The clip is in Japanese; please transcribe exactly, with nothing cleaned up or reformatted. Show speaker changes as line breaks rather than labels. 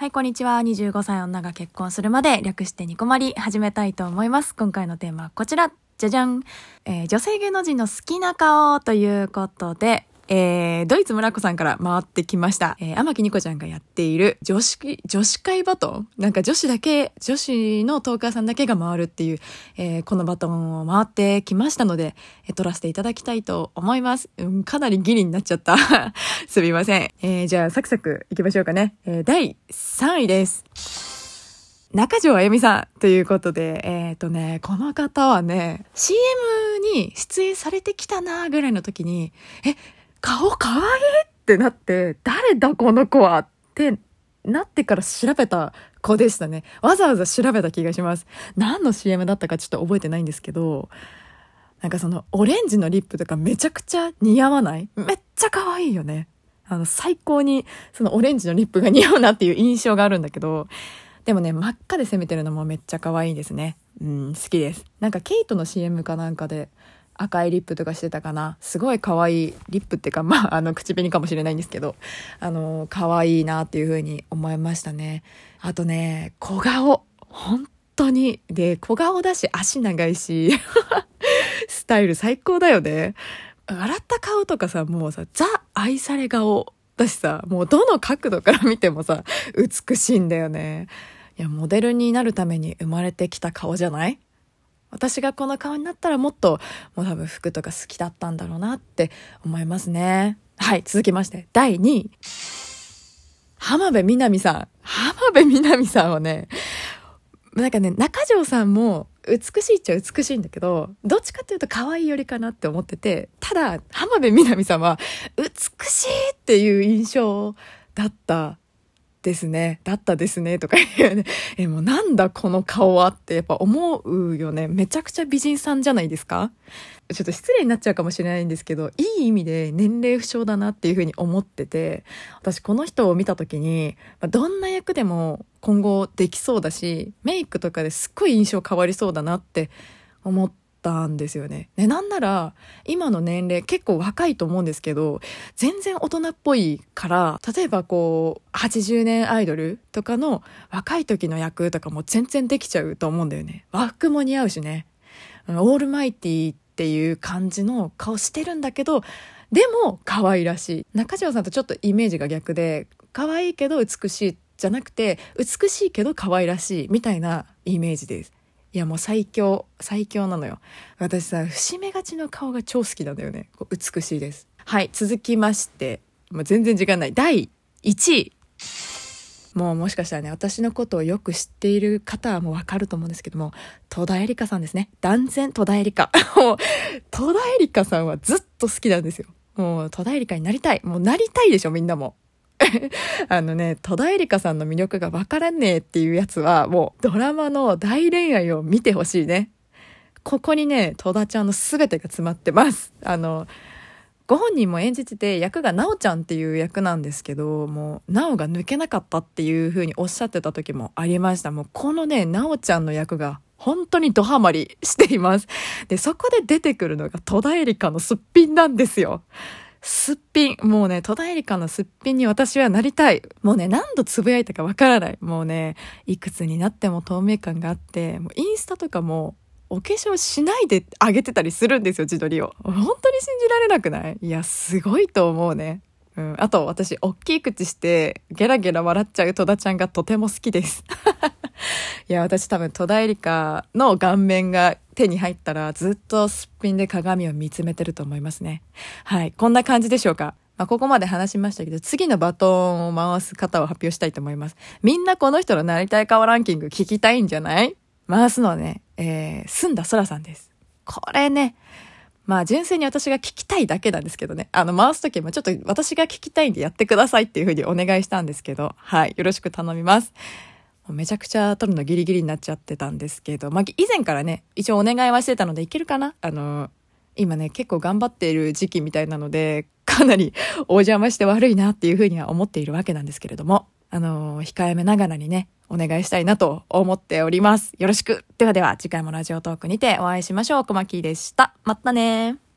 はい、こんにちは。にじゅうごさい女が結婚するまで略してニコマリ始めたいと思います。今回のテーマはこちら。じゃじゃん。えー、女性芸能人の好きな顔ということで、えー、ドイツ村子さんから回ってきました。えー、天木ニコちゃんがやっている女子、女子会バトンなんか女子だけ、女子のトーカーさんだけが回るっていう、えー、このバトンを回ってきましたので、えー、撮らせていただきたいと思います。うん、かなりギリになっちゃった。すみません。えー、じゃあサクサクいきましょうかね。えー、だいさんいです。中条あゆみさんということで、えっとね、この方はね、シーエム に出演されてきたなぐらいの時に、え、顔かわいいってなって、誰だこの子はってなってから調べた子でしたね。わざわざ調べた気がします。何の シーエム だったかちょっと覚えてないんですけど、なんかそのオレンジのリップとかめちゃくちゃ似合わない？めっちゃ可愛いよね。あの、最高にそのオレンジのリップが似合うなっていう印象があるんだけど、でもね、真っ赤で攻めてるのもめっちゃ可愛いですね。うん、好きです。なんかケイトの シーエム かなんかで赤いリップとかしてたかな。すごい可愛いリップっていうか、まあ、あの、口紅かもしれないんですけど、あの、可愛いなっていう風に思いましたね。あとね、小顔。本当に。で、小顔だし、足長いし、スタイル最高だよね。笑った顔とかさ、もうさ、ザ愛され顔。私さ、もうどの角度から見てもさ、美しいんだよね。いや、モデルになるために生まれてきた顔じゃない？私がこの顔になったらもっと、もう多分服とか好きだったんだろうなって思いますね。はい、続きまして、だいにい。浜辺美波さん。浜辺美波さんはね、なんかね、中条さんも美しいっちゃ美しいんだけど、どっちかっていうと可愛いよりかなって思ってて、ただ、浜辺美波さんは美しいっていう印象だったですね。だったですね。とか言うね。え、もうなんだこの顔はってやっぱ思うよね。めちゃくちゃ美人さんじゃないですか？ちょっと失礼になっちゃうかもしれないんですけど、いい意味で年齢不詳だなっていうふうに思ってて、私この人を見た時に、どんな役でも今後できそうだし、メイクとかですっごい印象変わりそうだなって思ったんですよね。ね、なんなら今の年齢結構若いと思うんですけど、全然大人っぽいから、例えばこうはちじゅうねんアイドルとかの若い時の役とかも全然できちゃうと思うんだよね。和服も似合うしね。オールマイティっていう感じの顔してるんだけど、でも可愛らしい。中条さんとちょっとイメージが逆で、可愛いけど美しいじゃなくて、美しいけど可愛らしいみたいなイメージです。いやもう最強、最強なのよ。私さ、節目がちの顔が超好きなんだよね。こう美しいです。はい、続きまして、もう全然時間ない。だいいちい。もうもしかしたらね、私のことをよく知っている方はもうわかると思うんですけども、戸田恵梨香さんですね。断然戸田恵梨香。もう、戸田恵梨香さんはずっと好きなんですよ。もう戸田恵梨香になりたい。もうなりたいでしょ、みんなも。あのね、戸田恵梨香さんの魅力がわからねえっていうやつは、もうドラマの大恋愛を見てほしいね。ここにね、戸田ちゃんの全てが詰まってます。あの、ご本人も演じてて、役がなおちゃんっていう役なんですけど、もうなおが抜けなかったっていう風におっしゃってた時もありました。もうこのね、なおちゃんの役が本当にドハマりしています。で、そこで出てくるのが戸田恵梨香のすっぴんなんですよ。すっぴん。もうね、戸田恵梨香のすっぴんに私はなりたい。もうね、何度つぶやいたかわからない。もうね、いくつになっても透明感があって、もうインスタとかも、お化粧しないであげてたりするんですよ、自撮りを。本当に信じられなくない？いや、すごいと思うね。うん。あと、私、大きい口して、ゲラゲラ笑っちゃう戸田ちゃんがとても好きです。いや、私多分、戸田恵梨香の顔面が手に入ったら、ずっとすっぴんで鏡を見つめてると思いますね。はい。こんな感じでしょうか。まあ、ここまで話しましたけど、次のバトンを回す方を発表したいと思います。みんなこの人のなりたい顔ランキング聞きたいんじゃない？回すのはね、えー、澄んだ空さんです。これね、まあ純粋に私が聞きたいだけなんですけどね。あの回すときもちょっと私が聞きたいんでやってくださいっていうふうにお願いしたんですけど、はい、よろしく頼みます。もうめちゃくちゃ撮るのギリギリになっちゃってたんですけど、まあ以前からね、一応お願いはしてたのでいけるかな？あの、今ね、結構頑張っている時期みたいなので、かなりお邪魔して悪いなっていうふうには思っているわけなんですけれども、あの、控えめながらにね、お願いしたいなと思っております。よろしく。ではでは、次回もラジオトークにてお会いしましょう。小牧でした。またね。